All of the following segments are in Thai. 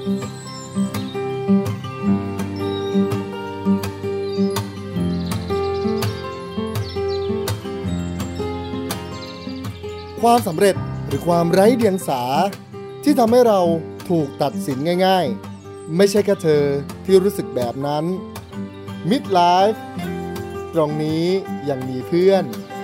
ความสำเร็จหรือความไร้เดียงสาที่ทำให้เราถูกตัดสินง่ายๆไม่ใช่แค่เธอที่รู้สึกแบบนั้น Midlife ตรงนี้ยังมีเพื่อน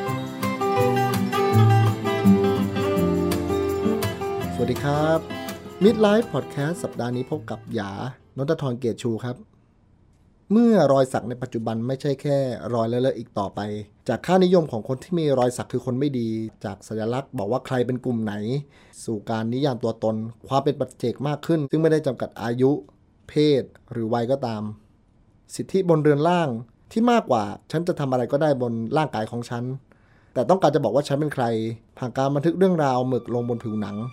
สวัสดีครับ Midlife Podcast สัปดาห์นี้พบกับหยานนทธร เกตชูครับเมื่อรอยสักในปัจจุบันไม่ใช่แค่รอยเลอะๆอีกต่อไปจากค่านิยมของคนที่มีรอยสักคือคนไม่ดีจากสัญลักษณ์บอกว่าใครเป็นกลุ่มไหนสู่การนิยามตัวตนความเป็นปัจเจกมากขึ้นซึ่งไม่ได้จำกัดอายุเพศหรือวัยก็ตามสิทธิบนเรือนร่างที่มากกว่าฉันจะทำอะไรก็ได้บนร่างกายของฉันแต่ต้องการจะบอกว่าฉันเป็นใครผ่านการบันทึกเรื่องราวหมึกลงบนผิวหนัง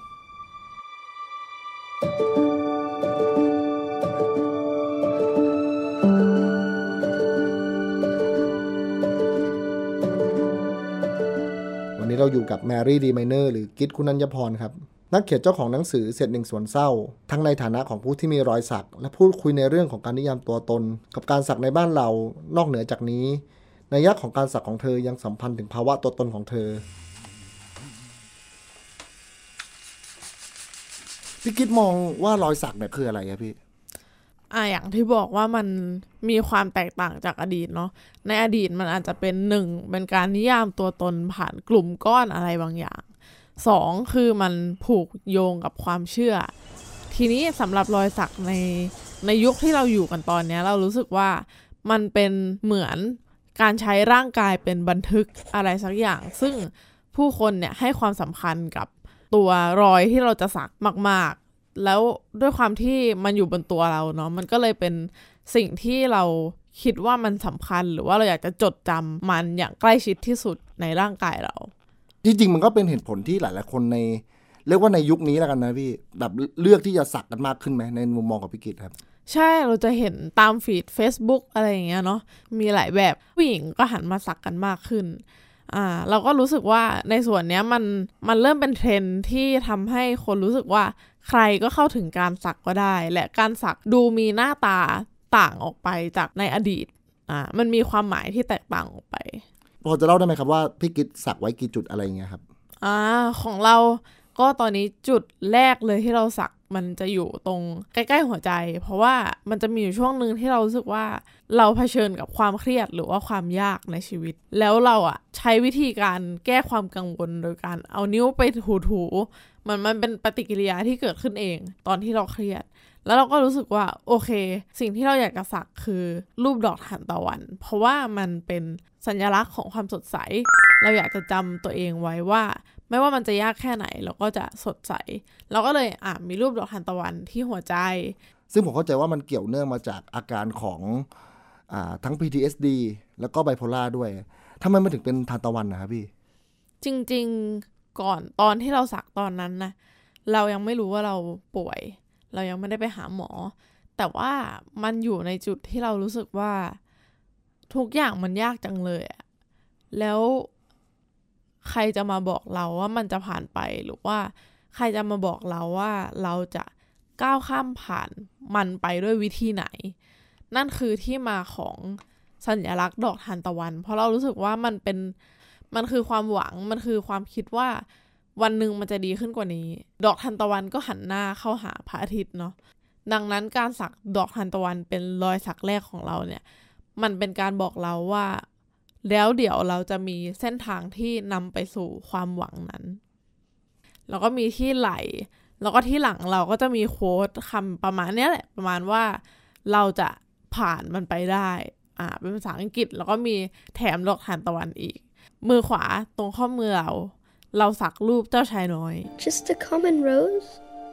วันนี้เราอยู่กับแมรี่ดีไมเนอร์หรือกิ๊ดคุณัญญพรครับนักเขียนเจ้าของหนังสือเศษหนึ่งส่วนเศร้าทั้งในฐานะของผู้ที่มีรอยสักและพูดคุยในเรื่องของการนิยามตัวตนกับการสักในบ้านเรานอกเหนือจากนี้นัยยะของการสักของเธอยังสัมพันธ์ถึงภาวะตัวตนของเธอพี่กิ๊ดมองว่ารอยสักเนี่ยคืออะไรครับพี่อย่างที่บอกว่ามันมีความแตกต่างจากอดีตเนาะในอดีตมันอาจจะเป็นเป็นการนิยามตัวตนผ่านกลุ่มก้อนอะไรบางอย่าง2คือมันผูกโยงกับความเชื่อทีนี้สำหรับรอยสักในยุคที่เราอยู่กันตอนนี้เรารู้สึกว่ามันเป็นเหมือนการใช้ร่างกายเป็นบันทึกอะไรสักอย่างซึ่งผู้คนเนี่ยให้ความสำคัญกับตัวรอยที่เราจะสักมากๆแล้วด้วยความที่มันอยู่บนตัวเราเนาะมันก็เลยเป็นสิ่งที่เราคิดว่ามันสำคัญหรือว่าเราอยากจะจดจำมันอย่างใกล้ชิดที่สุดในร่างกายเราจริงๆมันก็เป็นเหตุผลที่หลายๆคนในเรียกว่าในยุคนี้แล้วกันนะพี่แบบเลือกที่จะสักกันมากขึ้นไหมในมุมมองของพี่กิตครับใช่เราจะเห็นตามฟีด Facebook อะไรอย่างเงี้ยเนาะมีหลายแบบผู้หญิงก็หันมาสักกันมากขึ้นเราก็รู้สึกว่าในส่วนเนี้ยมันเริ่มเป็นเทรนด์ที่ทำให้คนรู้สึกว่าใครก็เข้าถึงการสักก็ได้และการสักดูมีหน้าตาต่างออกไปจากในอดีตมันมีความหมายที่แตกต่างออกไปพอจะเล่าได้ไหมครับว่าพี่กิตสักไว้กี่จุดอะไรอย่างเงี้ยครับของเราก็ตอนนี้จุดแรกเลยที่เราสักมันจะอยู่ตรงใกล้ๆหัวใจเพราะว่ามันจะมีอยู่ช่วงนึงที่เรารู้สึกว่าเราเผชิญกับความเครียดหรือว่าความยากในชีวิตแล้วเราใช้วิธีการแก้ความกังวลโดยการเอานิ้วไปถูๆมันเป็นปฏิกิริยาที่เกิดขึ้นเองตอนที่เราเครียดแล้วเราก็รู้สึกว่าโอเคสิ่งที่เราอยากจะสักคือรูปดอกทานตะวันเพราะว่ามันเป็นสัญลักษณ์ของความสดใสเราอยากจะจำตัวเองไว้ว่าไม่ว่ามันจะยากแค่ไหนเราก็จะสดใสเราก็เลยมีรูปดอกทานตะวันที่หัวใจซึ่งผมเข้าใจว่ามันเกี่ยวเนื่องมาจากอาการของทั้ง PTSD แล้วก็ไบโพล่าด้วยทำไมมันถึงเป็นทานตะวันนะครับพี่จริงๆก่อนตอนที่เราสักตอนนั้นนะเรายังไม่รู้ว่าเราป่วยเรายังไม่ได้ไปหาหมอแต่ว่ามันอยู่ในจุดที่เรารู้สึกว่าทุกอย่างมันยากจังเลยแล้วใครจะมาบอกเราว่ามันจะผ่านไปหรือว่าใครจะมาบอกเราว่าเราจะก้าวข้ามผ่านมันไปด้วยวิธีไหนนั่นคือที่มาของสัญลักษณ์ดอกทานตะวันเพราะเรารู้สึกว่ามันคือความหวังมันคือความคิดว่าวันหนึ่งมันจะดีขึ้นกว่านี้ดอกทานตะวันก็หันหน้าเข้าหาพระอาทิตย์เนาะดังนั้นการสักดอกทานตะวันเป็นรอยสักแรกของเราเนี่ยมันเป็นการบอกเราว่าแล้วเดี๋ยวเราจะมีเส้นทางที่นำไปสู่ความหวังนั้นแล้วก็มีที่ไหล่แล้วก็ที่หลังเราก็จะมีโค้ดคำประมาณนี้แหละประมาณว่าเราจะผ่านมันไปได้เป็นภาษาอังกฤษแล้วก็มีแถมดอกทานตะวันอีกมือขวาตรงข้อมือเราสักรูปเจ้าชายน้อย Just a common rose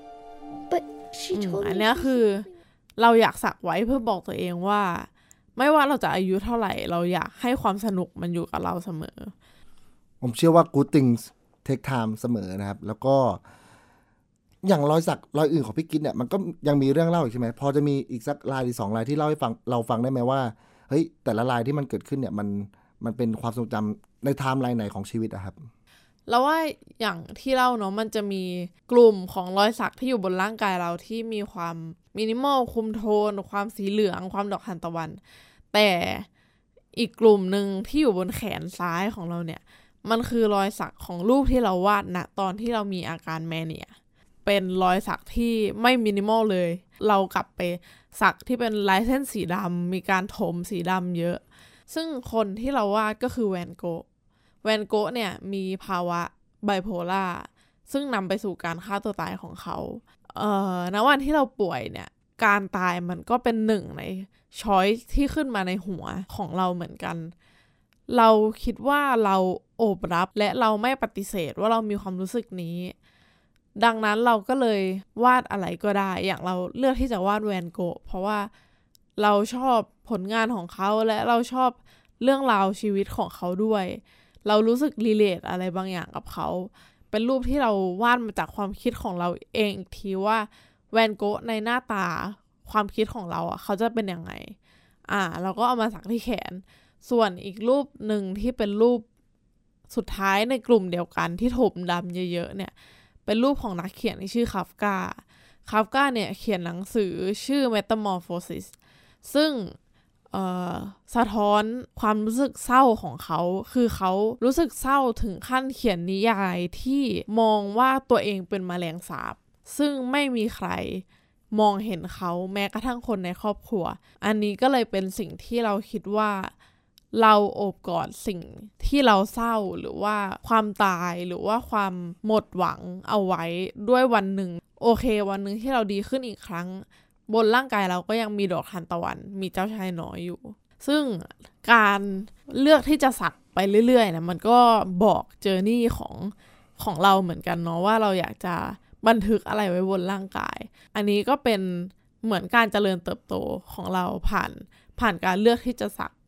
but she told me อันนี้คือเราอยากสักไว้เพื่อบอกตัวเองว่าไม่ว่าเราจะอายุเท่าไหร่เราอยากให้ความสนุกมันอยู่กับเราเสมอผมเชื่อว่า good things take time เสมอนะครับแล้วก็อย่างรอยสักรอยอื่นของพี่กิ๊ดเนี่ยมันก็ยังมีเรื่องเล่าอีกใช่ไหมพอจะมีอีกสักลายหรือ2ลายที่เล่าให้ฟังเราฟังได้ไหมว่าเฮ้ยแต่ละลายที่มันเกิดขึ้นเนี่ยมันเป็นความทรงจำในไทม์ไลน์ไหนของชีวิตอะครับแล้วว่าอย่างที่เล่าเนาะมันจะมีกลุ่มของรอยสักที่อยู่บนร่างกายเราที่มีมินิมอลคุมโทนความสีเหลืองความดอกทานตะวันแต่อีกกลุ่มหนึ่งที่อยู่บนแขนซ้ายของเราเนี่ยมันคือรอยสักของรูปที่เราวาดณตอนที่เรามีอาการแมเนียเป็นรอยสักที่ไม่มินิมอลเลยเรากลับไปสักที่เป็นลายเส้นสีดำมีการถมสีดำเยอะซึ่งคนที่เราวาดก็คือแวนโกะเนี่ยมีภาวะไบโพล่าซึ่งนำไปสู่การฆ่าตัวตายของเขาณวันที่เราป่วยเนี่ยการตายมันก็เป็นหนึ่งในช้อยส์ที่ขึ้นมาในหัวของเราเหมือนกันเราคิดว่าเราโอบรับและเราไม่ปฏิเสธว่าเรามีความรู้สึกนี้ดังนั้นเราก็เลยวาดอะไรก็ได้อย่างเราเลือกที่จะวาดแวนโกะเพราะว่าเราชอบผลงานของเขาและเราชอบเรื่องราวชีวิตของเขาด้วยเรารู้สึกรีเลทอะไรบางอย่างกับเขาเป็นรูปที่เราวาดมาจากความคิดของเราเองอีกทีว่าแวนโกะในหน้าตาความคิดของเราเขาจะเป็นยังไงเราก็เอามาสักที่แขนส่วนอีกรูปหนึ่งที่เป็นรูปสุดท้ายในกลุ่มเดียวกันที่ถมดำเยอะๆเนี่ยเป็นรูปของนักเขียนที่ชื่อคาฟกาเนี่ยเขียนหนังสือชื่อ Metamorphosis ซึ่งสะท้อนความรู้สึกเศร้าของเขาคือเขารู้สึกเศร้าถึงขั้นเขียนนิยายที่มองว่าตัวเองเป็นแมลงสาบซึ่งไม่มีใครมองเห็นเขาแม้กระทั่งคนในครอบครัวอันนี้ก็เลยเป็นสิ่งที่เราคิดว่าเราโอบกอดสิ่งที่เราเศร้าหรือว่าความตายหรือว่าความหมดหวังเอาไว้ด้วยวันหนึ่งโอเควันหนึ่งที่เราดีขึ้นอีกครั้งบนร่างกายเราก็ยังมีดอกทานตะวันมีเจ้าชายน้อยอยู่ซึ่งการเลือกที่จะสักไปเรื่อยๆนะมันก็บอกเจอร์นี่ของเราเหมือนกันเนาะว่าเราอยากจะบันทึกอะไรไว้บนร่างกายอันนี้ก็เป็นเหมือนการเจริญเติบโตของเราผ่านการเลือกที่จะสัก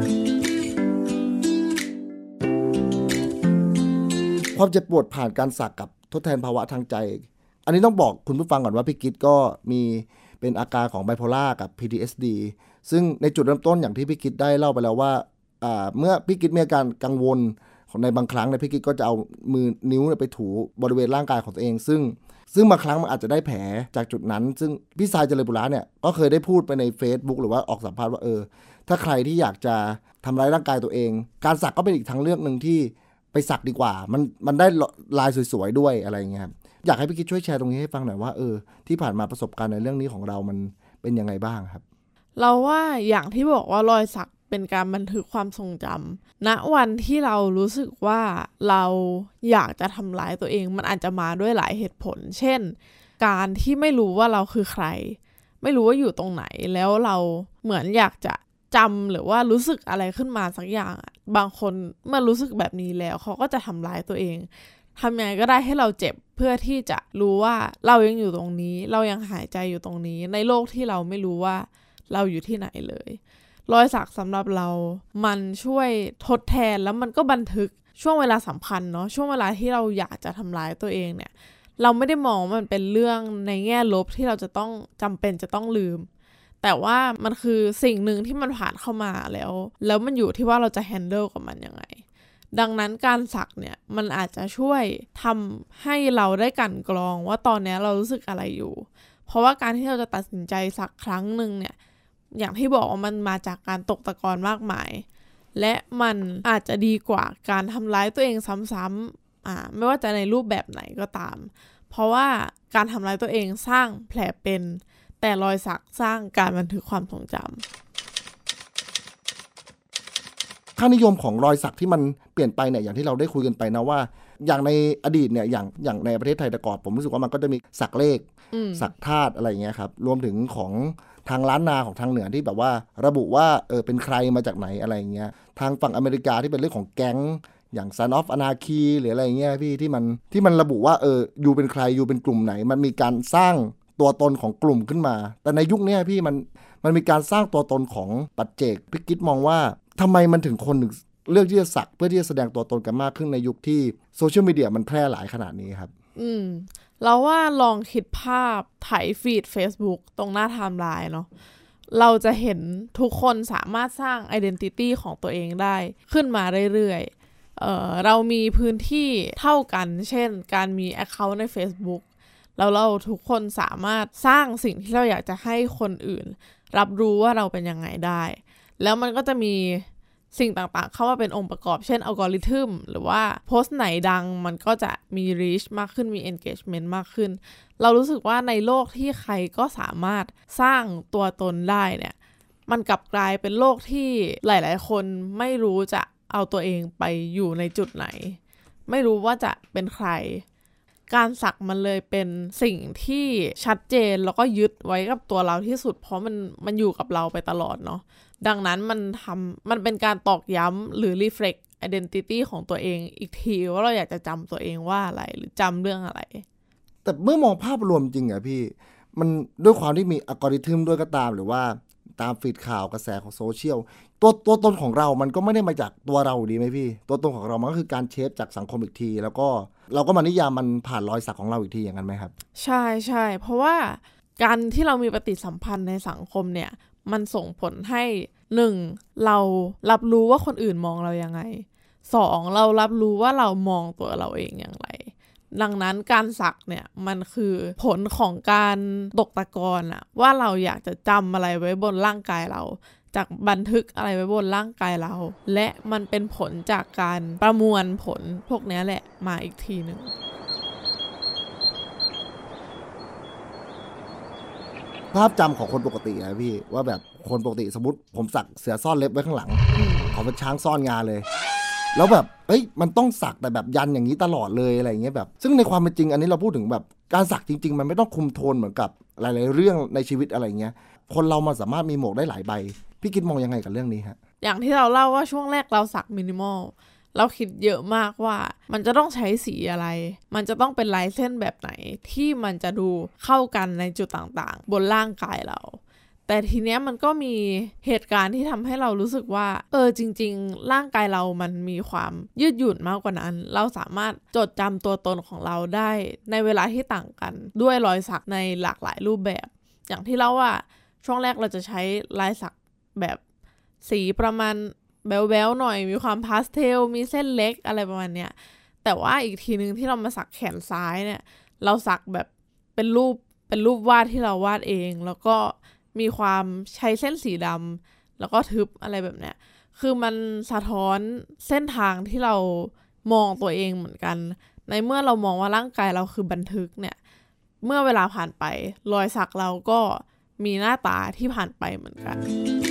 ความเจ็บปวดผ่านการสักกับทดแทนภาวะทางใจอันนี้ต้องบอกคุณผู้ฟังก่อนว่าพี่กิ๊ดก็มีเป็นอาการของไบโพล่ากับ PTSD ซึ่งในจุดเริ่มต้นอย่างที่พี่กิ๊ดได้เล่าไปแล้วว่าเมื่อพี่กิ๊ดมีอาการกังวลของในบางครั้งเนี่ยพี่กิ๊ดก็จะเอามือนิ้วไปถูบริเวณร่างกายของตัวเองซึ่งบางครั้งมันอาจจะได้แผลจากจุดนั้นซึ่งพี่ทรายเจริญบุระเนี่ยก็เคยได้พูดไปใน Facebook หรือว่าออกสัมภาษณ์ว่าถ้าใครที่อยากจะทำร้ายร่างกายตัวเองการสักก็เป็นอีกทางเลือกนึงที่ไปสักดีกว่ามันได้ลายสวยๆด้วยอะไรอย่างเงี้ยครับอยากให้พี่กิ๊ดช่วยแชร์ตรงนี้ให้ฟังหน่อยว่าที่ผ่านมาประสบการณ์ในเรื่องนี้ของเรามันเป็นยังไงบ้างครับเราว่าอย่างที่บอกว่ารอยสักเป็นการบันทึกความทรงจำณวันที่เรารู้สึกว่าเราอยากจะทำร้ายตัวเองมันอาจจะมาด้วยหลายเหตุผลเช่นการที่ไม่รู้ว่าเราคือใครไม่รู้ว่าอยู่ตรงไหนแล้วเราเหมือนอยากจะจำหรือว่ารู้สึกอะไรขึ้นมาสักอย่างบางคนเมื่อรู้สึกแบบนี้แล้วเขาก็จะทำร้ายตัวเองทำยังไงก็ได้ให้เราเจ็บเพื่อที่จะรู้ว่าเรายังอยู่ตรงนี้เรายังหายใจอยู่ตรงนี้ในโลกที่เราไม่รู้ว่าเราอยู่ที่ไหนเลยรอยสักสำหรับเรามันช่วยทดแทนแล้วมันก็บันทึกช่วงเวลาสำคัญเนาะช่วงเวลาที่เราอยากจะทำร้ายตัวเองเนี่ยเราไม่ได้มองมันเป็นเรื่องในแง่ลบที่เราจะต้องจำเป็นจะต้องลืมแต่ว่ามันคือสิ่งหนึ่งที่มันผ่านเข้ามาแล้วมันอยู่ที่ว่าเราจะแฮนเดิลกับมันยังไงดังนั้นการสักเนี่ยมันอาจจะช่วยทำให้เราได้กลั่นกรองว่าตอนนี้เรารู้สึกอะไรอยู่เพราะว่าการที่เราจะตัดสินใจสักครั้งหนึ่งเนี่ยอย่างที่บอกว่ามันมาจากการตกตะกอนมากมายและมันอาจจะดีกว่าการทำร้ายตัวเองซ้ำๆไม่ว่าจะในรูปแบบไหนก็ตามเพราะว่าการทำร้ายตัวเองสร้างแผลเป็นแต่รอยสักสร้างการบันทึกความทรงจค่านิยมของรอยสักที่มันเปลี่ยนไปเนี่ยอย่างที่เราได้คุยกันไปนะว่าอย่างในอดีตเนี่ยอย่างในประเทศไทยแต่ก่อนผมรู้สึกว่ามันก็จะมีสักเลขสักธาตุอะไรอย่างเงี้ยครับรวมถึงของทางล้านนาของทางเหนือที่แบบว่าระบุว่าเป็นใครมาจากไหนอะไรอย่างเงี้ยทางฝั่งอเมริกาที่เป็นเรื่องของแก๊งอย่าง Son of Anarchy หรืออะไรอย่างเงี้ยพี่ที่มันระบุว่าอยู่เป็นใครอยู่เป็นกลุ่มไหนมันมีการสร้างตัวตนของกลุ่มขึ้นมาแต่ในยุคนี้พี่มันมีการสร้างตัวตนของปัจเจกพี่กิ๊ดมองว่าทำไมมันถึงคนถึงเลือกที่จะสักเพื่อที่จะแสดงตัวตนกันมากขึ้นในยุคที่โซเชียลมีเดียมันแพร่หลายขนาดนี้ครับเราว่าลองคิดภาพไถฟีด Facebook ตรงหน้าไทม์ไลน์เนาะเราจะเห็นทุกคนสามารถสร้าง identity ของตัวเองได้ขึ้นมาเรื่อยๆเรามีพื้นที่เท่ากันเช่นการมี account ใน Facebook แล้วเราทุกคนสามารถสร้างสิ่งที่เราอยากจะให้คนอื่นรับรู้ว่าเราเป็นยังไงได้แล้วมันก็จะมีสิ่งต่างๆเข้ามาเป็นองค์ประกอบเช่นอัลกอริทึมหรือว่าโพสต์ไหนดังมันก็จะมี reach มากขึ้นมี engagement มากขึ้นเรารู้สึกว่าในโลกที่ใครก็สามารถสร้างตัวตนได้เนี่ยมันกลับกลายเป็นโลกที่หลายๆคนไม่รู้จะเอาตัวเองไปอยู่ในจุดไหนไม่รู้ว่าจะเป็นใครการสักมันเลยเป็นสิ่งที่ชัดเจนแล้วก็ยึดไว้กับตัวเราที่สุดเพราะมันอยู่กับเราไปตลอดเนาะดังนั้นมันเป็นการตอกย้ำหรือ reflect identity ของตัวเองอีกทีว่าเราอยากจะจำตัวเองว่าอะไรหรือจำเรื่องอะไรแต่เมื่อมองภาพรวมจริงอะพี่มันด้วยความที่มีอัลกอริทึมด้วยก็ตามหรือว่าตามฟีดข่าวกระแสของโซเชียลตัวตนของเรามันก็ไม่ได้มาจากตัวเราดีไหมพี่ตัวตนของเรามันก็คือการเชฟจากสังคมอีกทีแล้วก็เราก็มานิยามมันผ่านรอยสักของเราอีกทีอย่างนั้นไหมครับใช่ใช่เพราะว่าการที่เรามีปฏิสัมพันธ์ในสังคมเนี่ยมันส่งผลให้ 1. เรารับรู้ว่าคนอื่นมองเรายังไง 2. เรารับรู้ว่าเรามองตัวเราเองอย่างไรดังนั้นการสักเนี่ยมันคือผลของการตกตะกอนอะว่าเราอยากจะจำอะไรไว้บนร่างกายเราจากบันทึกอะไรไว้บนร่างกายเราและมันเป็นผลจากการประมวลผลพวกนี้แหละมาอีกทีนึงภาพจำของคนปกตินะพี่ว่าแบบคนปกติสมมติผมสักเสือซ่อนเล็บไว้ข้างหลังขอเป็นช้างซ่อนงาเลยแล้วแบบมันต้องสักแต่แบบยันอย่างนี้ตลอดเลยอะไรอย่างเงี้ยแบบซึ่งในความเป็นจริงอันนี้เราพูดถึงแบบการสักจริงๆมันไม่ต้องคุมโทนเหมือนกับหลายๆเรื่องในชีวิตอะไรเงี้ยคนเรามันสามารถมีหมวกได้หลายใบพี่คิดมองยังไงกับเรื่องนี้ฮะอย่างที่เราเล่าว่าช่วงแรกเราสักมินิมอลเราคิดเยอะมากว่ามันจะต้องใช้สีอะไรมันจะต้องเป็นลายเส้นแบบไหนที่มันจะดูเข้ากันในจุดต่างๆบนร่างกายเราแต่ทีเนี้ยมันก็มีเหตุการณ์ที่ทำให้เรารู้สึกว่าจริงๆร่างกายเรามันมีความยืดหยุ่นมากกว่านั้นเราสามารถจดจำตัวตนของเราได้ในเวลาที่ต่างกันด้วยรอยสักในหลากหลายรูปแบบอย่างที่เล่าว่าช่วงแรกเราจะใช้ลายสักแบบสีประมาณแบ๊วๆหน่อยมีความพาสเทลมีเส้นเล็กอะไรประมาณเนี้ยแต่ว่าอีกทีนึงที่เรามาสักแขนซ้ายเนี่ยเราสักแบบเป็นรูปวาดที่เราวาดเองแล้วก็มีความใช้เส้นสีดำแล้วก็ทึบอะไรแบบเนี้ยคือมันสะท้อนเส้นทางที่เรามองตัวเองเหมือนกันในเมื่อเรามองว่าร่างกายเราคือบันทึกเนี่ยเมื่อเวลาผ่านไปรอยสักเราก็มีหน้าตาที่ผ่านไปเหมือนกัน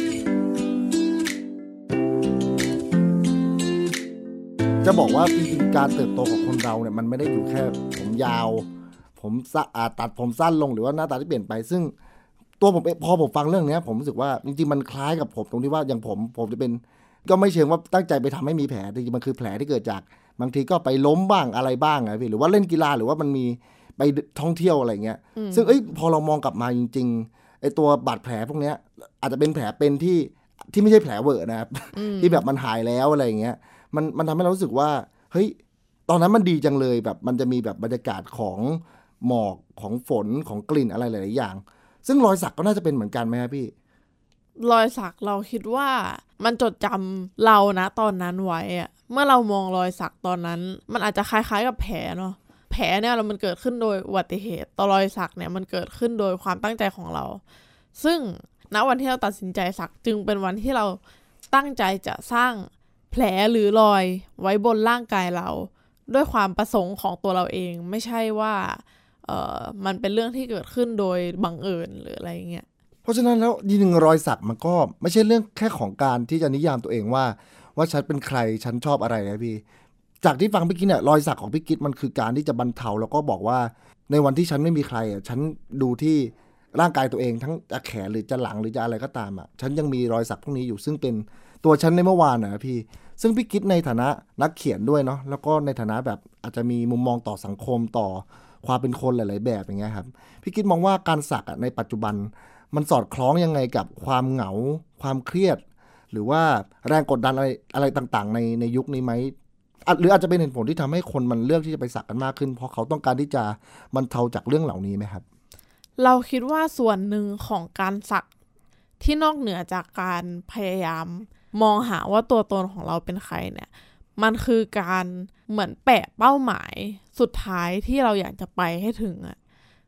จะบอกว่าจริงๆการเติบโตของคนเราเนี่ยมันไม่ได้อยู่แค่ผมยาวผมตัดผมสั้นลงหรือว่าหน้าตาที่เปลี่ยนไปซึ่งตัวผมพอผมฟังเรื่องนี้ผมรู้สึกว่าจริงๆมันคล้ายกับผมตรงที่ว่าอย่างผมจะเป็นก็ไม่เชิงว่าตั้งใจไปทำให้มีแผลจริงๆมันคือแผลที่เกิดจากบางทีก็ไปล้มบ้างอะไรบ้างนะพี่หรือว่าเล่นกีฬาหรือว่ามันมีไปท่องเที่ยวอะไรเงี้ยซึ่งพอเรามองกลับมาจริงๆไอ้ตัวบาดแผลพวกนี้อาจจะเป็นแผลเป็นที่ไม่ใช่แผลเวอะนะครับที่แบบมันหายแล้วอะไรเงี้ยมันทำให้เรารู้สึกว่าเฮ้ยตอนนั้นมันดีจังเลยแบบมันจะมีแบบบรรยากาศของหมอกของฝนของกลิ่นอะไรหลายๆอย่างซึ่งรอยสักก็น่าจะเป็นเหมือนกันไหมครับพี่รอยสักเราคิดว่ามันจดจำเรานะตอนนั้นไว้อะเมื่อเรามองรอยสักตอนนั้นมันอาจจะคล้ายๆกับแผลเนาะแผลเนี่ยมันเกิดขึ้นโดยอุบัติเหตุต่อรอยสักเนี่ยมันเกิดขึ้นโดยความตั้งใจของเราซึ่งณวันที่เราตัดสินใจสักจึงเป็นวันที่เราตั้งใจจะสร้างแผลหรือรอยไว้บนร่างกายเราด้วยความประสงค์ของตัวเราเองไม่ใช่ว่ามันเป็นเรื่องที่เกิดขึ้นโดยบังเอิญหรืออะไรเงี้ยเพราะฉะนั้นแล้วจริงๆรอยสักมันก็ไม่ใช่เรื่องแค่ของการที่จะนิยามตัวเองว่าฉันเป็นใครฉันชอบอะไรนะพี่จากที่ฟังพี่กิ๊ดเนี่ยรอยสักของพี่กิ๊ดมันคือการที่จะบรรเทาแล้วก็บอกว่าในวันที่ฉันไม่มีใครฉันดูที่ร่างกายตัวเองทั้งจะแขนหรือจะหลังหรือจะอะไรก็ตามฉันยังมีรอยสักพวกนี้อยู่ซึ่งเป็นตัวฉันในเมื่อวานนะพี่ซึ่งพี่กิ๊ดในฐานะนักเขียนด้วยเนาะแล้วก็ในฐานะแบบอาจจะมีมุมมองต่อสังคมต่อความเป็นคนหลายๆแบบอย่างเงี้ยครับพี่กิ๊ดมองว่าการสักในปัจจุบันมันสอดคล้องยังไงกับความเหงาความเครียดหรือว่าแรงกดดันอะไรต่างๆในยุคนี้ไหมหรืออาจจะเป็นเหตุผลที่ทำให้คนมันเลือกที่จะไปสักกันมากขึ้นเพราะเขาต้องการที่จะบรรเทาจากเรื่องเหล่านี้ไหมครับเราคิดว่าส่วนหนึ่งของการสักที่นอกเหนือจากการพยายามมองหาว่าตัวตนของเราเป็นใครเนี่ยมันคือการเหมือนแปะเป้าหมายสุดท้ายที่เราอยากจะไปให้ถึง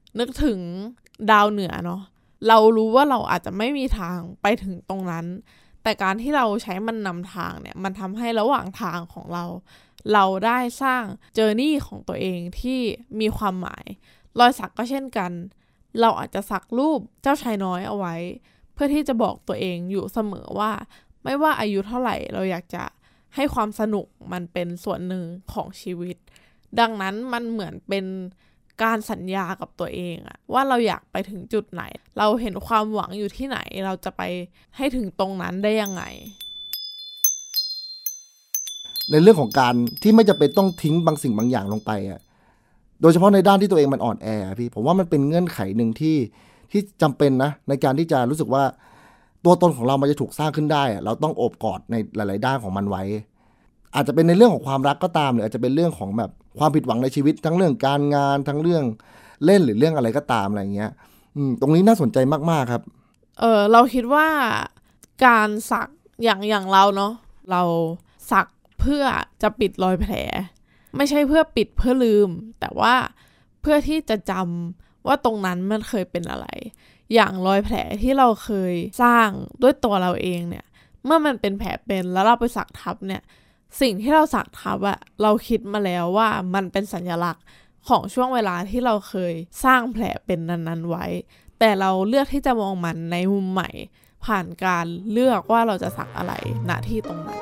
นึกถึงดาวเหนือเนาะเรารู้ว่าเราอาจจะไม่มีทางไปถึงตรงนั้นแต่การที่เราใช้มันนำทางเนี่ยมันทำให้ระหว่างทางของเราได้สร้างเจอร์นี่ของตัวเองที่มีความหมายรอยสักก็เช่นกันเราอาจจะสักรูปเจ้าชายน้อยเอาไว้เพื่อที่จะบอกตัวเองอยู่เสมอว่าไม่ว่าอายุเท่าไหร่เราอยากจะให้ความสนุกมันเป็นส่วนหนึ่งของชีวิตดังนั้นมันเหมือนเป็นการสัญญากับตัวเองอะว่าเราอยากไปถึงจุดไหนเราเห็นความหวังอยู่ที่ไหนเราจะไปให้ถึงตรงนั้นได้ยังไงในเรื่องของการที่ไม่จำเป็นต้องทิ้งบางสิ่งบางอย่างลงไปอะโดยเฉพาะในด้านที่ตัวเองมันอ่อนแอพี่ผมว่ามันเป็นเงื่อนไขหนึ่งที่จำเป็นนะในการที่จะรู้สึกว่าตัวตนของเรามันจะถูกสร้างขึ้นได้เราต้องโอบกอดในหลายๆด้านของมันไว้อาจจะเป็นในเรื่องของความรักก็ตามหรืออาจจะเป็นเรื่องของแบบความผิดหวังในชีวิตทั้งเรื่องการงานทั้งเรื่องเล่นหรือเรื่องอะไรก็ตามอะไรเงี้ยตรงนี้น่าสนใจมากๆครับเราคิดว่าการสักอย่างเราเนาะเราสักเพื่อจะปิดรอยแผลไม่ใช่เพื่อปิดเพื่อลืมแต่ว่าเพื่อที่จะจำว่าตรงนั้นมันเคยเป็นอะไรอย่างรอยแผลที่เราเคยสร้างด้วยตัวเราเองเนี่ยเมื่อมันเป็นแผลเป็นแล้วเราไปสักทับเนี่ยสิ่งที่เราสักทับอะเราคิดมาแล้วว่ามันเป็นสัญลักษณ์ของช่วงเวลาที่เราเคยสร้างแผลเป็นนั้นๆไว้แต่เราเลือกที่จะมองมันในมุมใหม่ผ่านการเลือกว่าเราจะสักอะไรณที่ตรงนั้น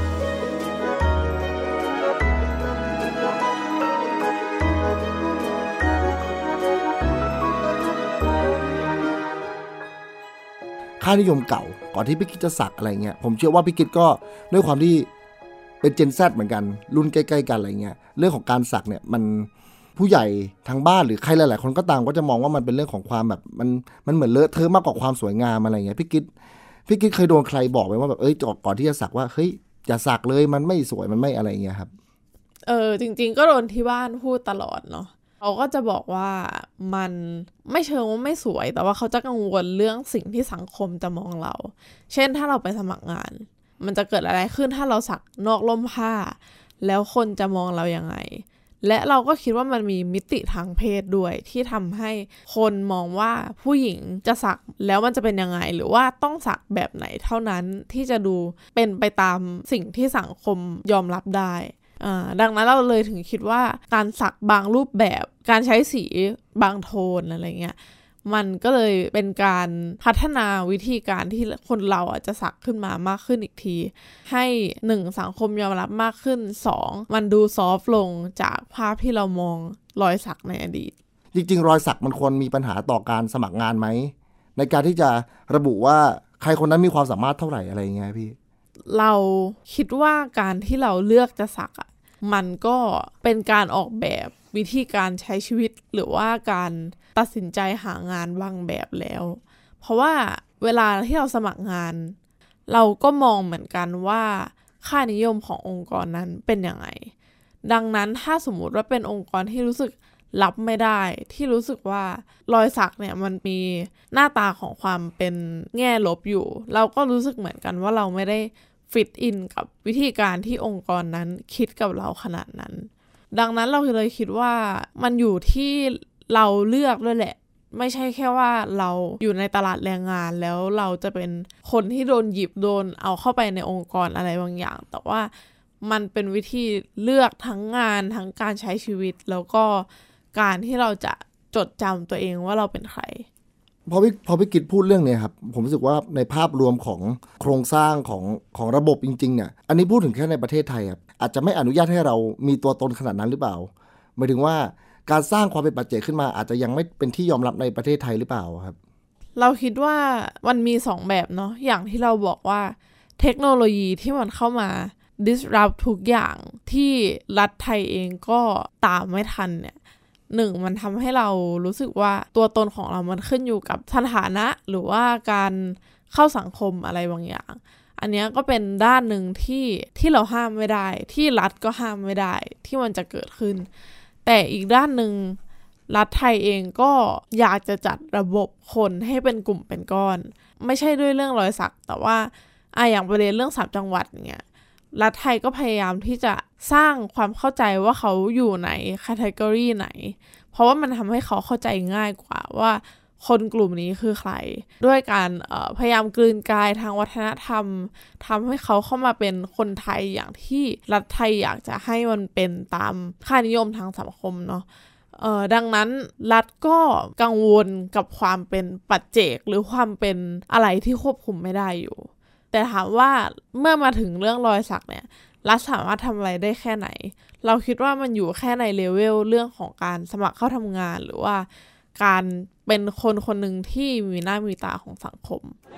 ค่านิยมเก่าก่อนที่พี่กิ๊กจะสักอะไรเงี้ยผมเชื่อว่าพี่กิ๊กก็ด้วยความที่เป็นเจน Z เหมือนกันรุ่นใกล้ๆกันอะไรเงี้ยเรื่องของการสักเนี่ยมันผู้ใหญ่ทางบ้านหรือใครหลายๆคนก็ตามก็จะมองว่ามันเป็นเรื่องของความแบบมันเหมือนเลอะเทอะมากกว่าความสวยงามอะไรเงี้ยพี่กิ๊กเคยโดนใครบอกไหมว่าแบบก่อนที่จะสักว่าเฮ้ยอย่าสักเลยมันไม่สวยมันไม่อะไรเงี้ยครับจริงๆก็โดนที่บ้านพูดตลอดเนาะเขาก็จะบอกว่ามันไม่เชิงว่าไม่สวยแต่ว่าเขาจะกังวลเรื่องสิ่งที่สังคมจะมองเราเช่นถ้าเราไปสมัครงานมันจะเกิดอะไรขึ้นถ้าเราสักนอกร่มผ้าแล้วคนจะมองเรายังไงและเราก็คิดว่ามันมีมิติทางเพศด้วยที่ทำให้คนมองว่าผู้หญิงจะสักแล้วมันจะเป็นยังไงหรือว่าต้องสักแบบไหนเท่านั้นที่จะดูเป็นไปตามสิ่งที่สังคมยอมรับได้ดังนั้นเราเลยถึงคิดว่าการสักบางรูปแบบการใช้สีบางโทนอะไรเงี้ยมันก็เลยเป็นการพัฒนาวิธีการที่คนเราอาจจะสักขึ้นมามากขึ้นอีกทีให้1สังคมยอมรับมากขึ้น2มันดูซอฟต์ลงจากภาพที่เรามองรอยสักในอดีตจริงๆรอยสักมันควรมีปัญหาต่อการสมัครงานไหมในการที่จะระบุว่าใครคนนั้นมีความสามารถเท่าไหร่อะไรเงี้ยพี่เราคิดว่าการที่เราเลือกจะสักมันก็เป็นการออกแบบวิธีการใช้ชีวิตหรือว่าการตัดสินใจหางานบางแบบแล้วเพราะว่าเวลาที่เราสมัครงานเราก็มองเหมือนกันว่าค่านิยมขององค์กรนั้นเป็นยังไงดังนั้นถ้าสมมุติว่าเป็นองค์กรที่รู้สึกรับไม่ได้ที่รู้สึกว่ารอยสักเนี่ยมันมีหน้าตาของความเป็นแง่ลบอยู่เราก็รู้สึกเหมือนกันว่าเราไม่ได้ฟิตอินกับวิธีการที่องค์กรนั้นคิดกับเราขนาดนั้นดังนั้นเราเลยคิดว่ามันอยู่ที่เราเลือกด้วยแหละไม่ใช่แค่ว่าเราอยู่ในตลาดแรงงานแล้วเราจะเป็นคนที่โดนหยิบโดนเอาเข้าไปในองค์กรอะไรบางอย่างแต่ว่ามันเป็นวิธีเลือกทั้งงานทั้งการใช้ชีวิตแล้วก็การที่เราจะจดจำตัวเองว่าเราเป็นใครพอพี่กิจพูดเรื่องนี้ครับผมรู้สึกว่าในภาพรวมของโครงสร้างของระบบจริงๆเนี่ยอันนี้พูดถึงแค่ในประเทศไทยครับอาจจะไม่อนุญาตให้เรามีตัวตนขนาดนั้นหรือเปล่าหมายถึงว่าการสร้างความเป็นปัจเจกขึ้นมาอาจจะยังไม่เป็นที่ยอมรับในประเทศไทยหรือเปล่าครับเราคิดว่ามันมี2แบบเนาะอย่างที่เราบอกว่าเทคโนโลยีที่มันเข้ามา disrupt ทุกอย่างที่รัฐไทยเองก็ตามไม่ทันเนี่ย1มันทำให้เรารู้สึกว่าตัวตนของเรามันขึ้นอยู่กับสถานะหรือว่าการเข้าสังคมอะไรบางอย่างอันนี้ก็เป็นด้านหนึ่งที่เราห้ามไม่ได้ที่รัฐก็ห้ามไม่ได้ที่มันจะเกิดขึ้นแต่อีกด้านหนึ่งรัฐไทยเองก็อยากจะจัดระบบคนให้เป็นกลุ่มเป็นก้อนไม่ใช่ด้วยเรื่องรอยสักแต่ว่าอย่างประเด็นเรื่อง3จังหวัดเนี่ยรัฐไทยก็พยายามที่จะสร้างความเข้าใจว่าเขาอยู่ในแคตตากรีไหนเพราะว่ามันทำให้เขาเข้าใจง่ายกว่าว่าคนกลุ่มนี้คือใครด้วยการพยายามกลืนกายทางวัฒนธรรมทำให้เขาเข้ามาเป็นคนไทยอย่างที่รัฐไทยอยากจะให้มันเป็นตามค่านิยมทางสังคมเนาะดังนั้นรัฐก็กังวลกับความเป็นปัจเจกหรือความเป็นอะไรที่ควบคุมไม่ได้อยู่แต่ถามว่าเมื่อมาถึงเรื่องรอยสักเนี่ยรัฐสามารถทำอะไรได้แค่ไหนเราคิดว่ามันอยู่แค่ในเลเวลเรื่องของการสมัครเข้าทำงานหรือว่าการเป็นคนคนหนึ่งที่มีหน้ามีตาของสังคม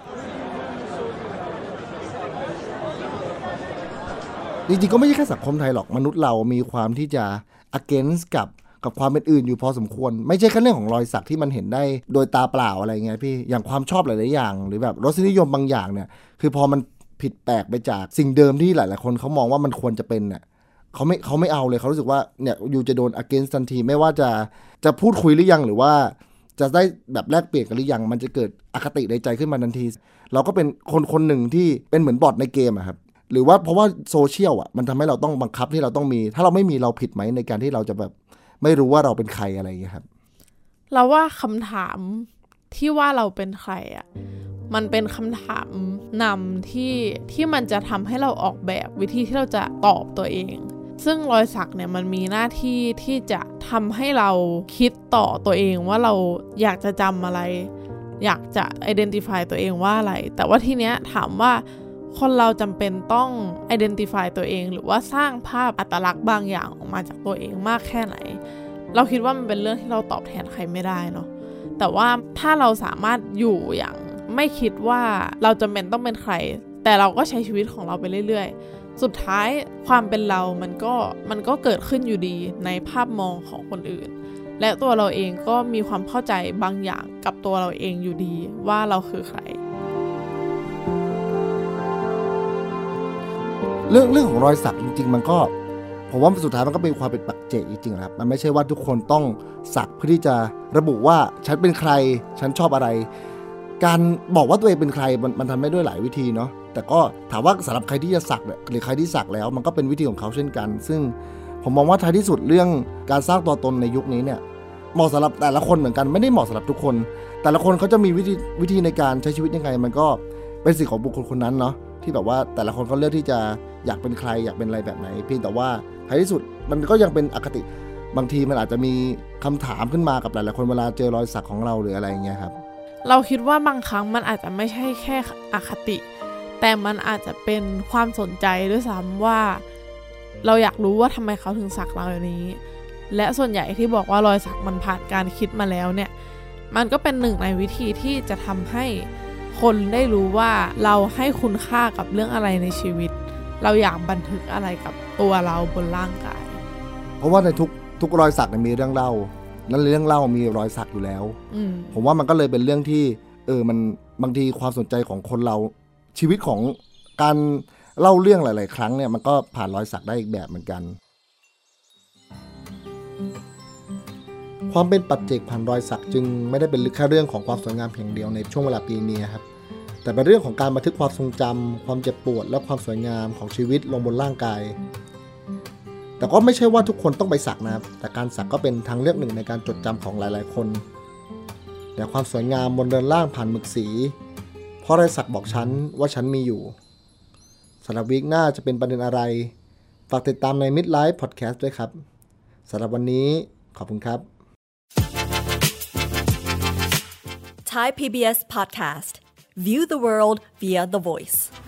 จริงๆก็ไม่ใช่แค่สังคมไทยหรอกมนุษย์เรามีความที่จะ against กับความเป็นอื่นอยู่พอสมควรไม่ใช่แค่เรื่องของรอยสักที่มันเห็นได้โดยตาเปล่าอะไรเงี้ยพี่อย่างความชอบหลายๆอย่างหรือแบบรสนิยมบางอย่างเนี่ยคือพอมันผิดแปลกไปจากสิ่งเดิมที่หลายๆคนเขามองว่ามันควรจะเป็นเนี่ยเขาไม่เอาเลยเขารู้สึกว่าเนี่ยอยู่จะโดน against ทันทีไม่ว่าจะพูดคุยหรือยังหรือว่าจะได้แบบแลกเปลี่ยนกันหรือยังมันจะเกิดอคติในใจขึ้นมาทันทีเราก็เป็นคนหนึ่งที่เป็นเหมือนบอทในเกมอะครับหรือว่าเพราะว่าโซเชียลอ่ะมันทำให้เราต้องบังคับที่เราต้องมีถ้าเราไม่มีเราผิดไหมในการที่เราจะแบบไม่รู้ว่าเราเป็นใครอะไรอย่างเงี้ยครับเราว่าคำถามที่ว่าเราเป็นใครอ่ะมันเป็นคำถามนำที่มันจะทำให้เราออกแบบวิธีที่เราจะตอบตัวเองซึ่งรอยสักเนี่ยมันมีหน้าที่ที่จะทำให้เราคิดต่อตัวเองว่าเราอยากจะจำอะไรอยากจะ identify ตัวเองว่าอะไรแต่ว่าทีเนี้ยถามว่าคนเราจำเป็นต้อง identify ตัวเองหรือว่าสร้างภาพอัตลักษณ์บางอย่างออกมาจากตัวเองมากแค่ไหนเราคิดว่ามันเป็นเรื่องที่เราตอบแทนใครไม่ได้เนาะแต่ว่าถ้าเราสามารถอยู่อย่างไม่คิดว่าเราจำเป็นต้องเป็นใครแต่เราก็ใช้ชีวิตของเราไปเรื่อยๆสุดท้ายความเป็นเรามันก็เกิดขึ้นอยู่ดีในภาพมองของคนอื่นและตัวเราเองก็มีความเข้าใจบางอย่างกับตัวเราเองอยู่ดีว่าเราคือใครเรื่องของรอยสักจริงๆมันก็ผมว่าสุดท้ายมันก็เป็นความเป็นปัจเจกจริงๆครับมันไม่ใช่ว่าทุกคนต้องสักเพื่อที่จะระบุว่าฉันเป็นใครฉันชอบอะไรการบอกว่าตัวเองเป็นใครมันทำได้ด้วยหลายวิธีเนาะแต่ก็ถามว่าสำหรับใครที่จะสักหรือใครที่สักแล้วมันก็เป็นวิธีของเขาเช่นกันซึ่งผมมองว่าท้ายที่สุดเรื่องการสร้างตัวตนในยุคนี้เนี่ยเหมาะสำหรับแต่ละคนเหมือนกันไม่ได้เหมาะสำหรับทุกคนแต่ละคนเขาจะมีวิธีในการใช้ชีวิตยังไงมันก็เป็นสิทธิของบุคคลคนนั้นเนาะที่แบบว่าแต่ละคนเขาเลือกที่จะอยากเป็นใครอยากเป็นอะไรแบบไหนเพียงแต่ว่าท้ายที่สุดมันก็ยังเป็นอคติบางทีมันอาจจะมีคำถามขึ้นมากับหลายๆคนเวลาเจอรอยสักของเราหรืออะไรอย่างเงี้ยครับเราคิดว่าบางครั้งมันอาจจะไม่ใช่แค่อคติแต่มันอาจจะเป็นความสนใจด้วยซ้ำว่าเราอยากรู้ว่าทำไมเขาถึงสักเราอย่างนี้และส่วนใหญ่ที่บอกว่ารอยสักมันผ่านการคิดมาแล้วเนี่ยมันก็เป็นหนึ่งในวิธีที่จะทำให้คนได้รู้ว่าเราให้คุณค่ากับเรื่องอะไรในชีวิตเราอยากบันทึกอะไรกับตัวเราบนร่างกายเพราะว่าในทุกรอยสักมีเรื่องเล่านั่นเรื่องเล่ามีรอยสักอยู่แล้วผมว่ามันก็เลยเป็นเรื่องที่มันบางทีความสนใจของคนเราชีวิตของการเล่าเรื่องหลายๆครั้งเนี่ยมันก็ผ่านรอยสักได้อีกแบบเหมือนกันความเป็นปัจเจกผ่านรอยสักจึงไม่ได้เป็นแค่เรื่องของความสวยงามเพียงเดียวในช่วงเวลาปีนี้ครับแต่เป็นเรื่องของการบันทึกความทรงจำความเจ็บปวดและความสวยงามของชีวิตลงบนร่างกายแต่ก็ไม่ใช่ว่าทุกคนต้องไปสักนะครับแต่การสักก็เป็นทางเลือกหนึ่งในการจดจำของหลายๆคนแต่ความสวยงามบนเรือนร่างผ่านหมึกสีเพราะรอยสักบอกฉันว่าฉันมีอยู่สำหรับวีคหน้าจะเป็นประเด็นอะไรฝากติดตามใน Midlife Podcast ด้วยครับสำหรับวันนี้ขอบคุณครับ Thai PBS Podcast View the world via the voice